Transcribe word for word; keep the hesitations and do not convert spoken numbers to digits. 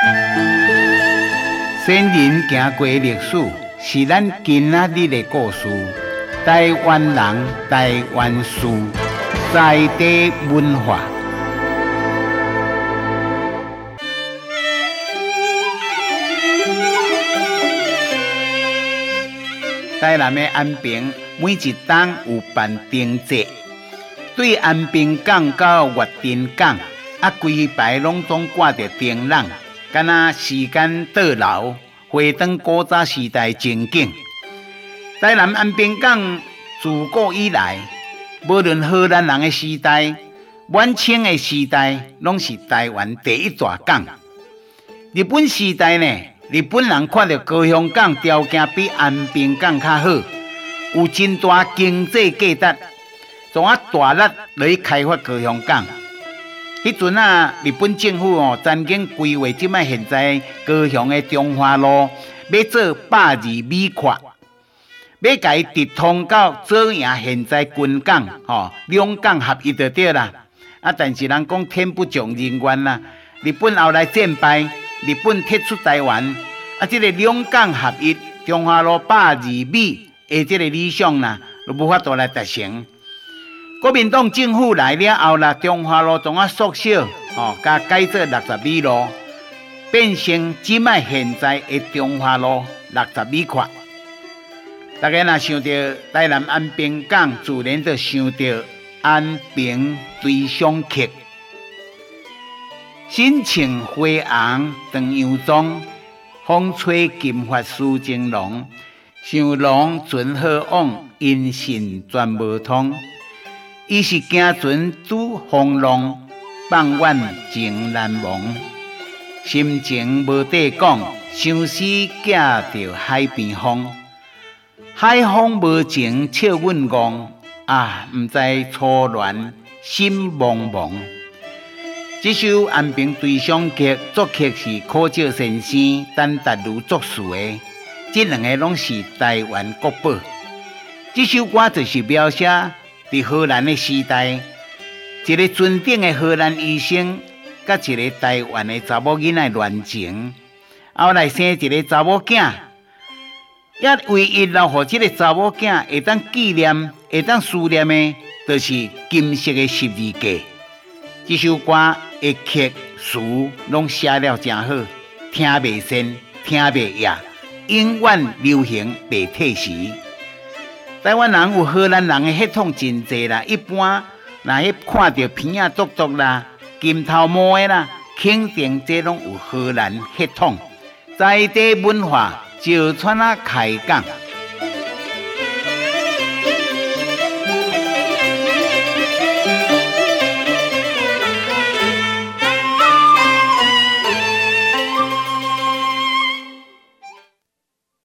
先人行过的历史，是咱今仔日的故事。台湾人、台湾事，在地文化。台南的安平每一档有办灯节，对安平港到月津港，啊，规排拢总挂着灯笼，敢若时间倒流，回转古早时代情景。台南安平港自古以来，无论荷兰人的时代、满清的时代，拢是台湾第一大港。日本时代呢？日本人看到高雄港条件比安平港较好，有真大经济价值，从啊大力来开发高雄港。迄阵啊，日本政府哦，曾经规划即摆现在高雄的中华路，要做百二米宽，要甲伊直通到做赢现在军港，吼、哦，两港合一就对啦。啊，但是人讲天不从人愿啦，日本后来战败。日本撤出台湾，啊，这个两港合一，中华路百二米的这个理想啦，就无法度来达成。国民党政府来了后啦，中华路从啊缩小，哦，加改做六十米路，变成即卖现在的中华路六十米宽。大家若想到台南安平港，自然就想到安平追上客。身穿花红长洋装，风吹金发丝情浓。上龙船好往，音信全无通。伊是行船拄风浪，放远情难忘。心情无地讲，相思寄着海边风。海风无情笑阮戆，啊，毋知初恋心茫茫。这首《安平追上客》作曲是柯照先生、陈达如作词的，这两个拢是台湾国宝。这首歌就是描写在荷兰的时代，一个尊敬的荷兰医生，甲一个台湾的查某囡仔恋情，后来生一个查某囝，也唯一留予这个查某囝会当纪念、会当思念的，就是金色的十字架。这首歌的曲词拢写了真好，听袂sen听袂厌，永远流行袂退时。台湾人有荷兰人的血统真济啦，一般若迄看到片仔独独啦、金头毛的啦，肯定这拢有荷兰血统。在地文化就川啊开讲。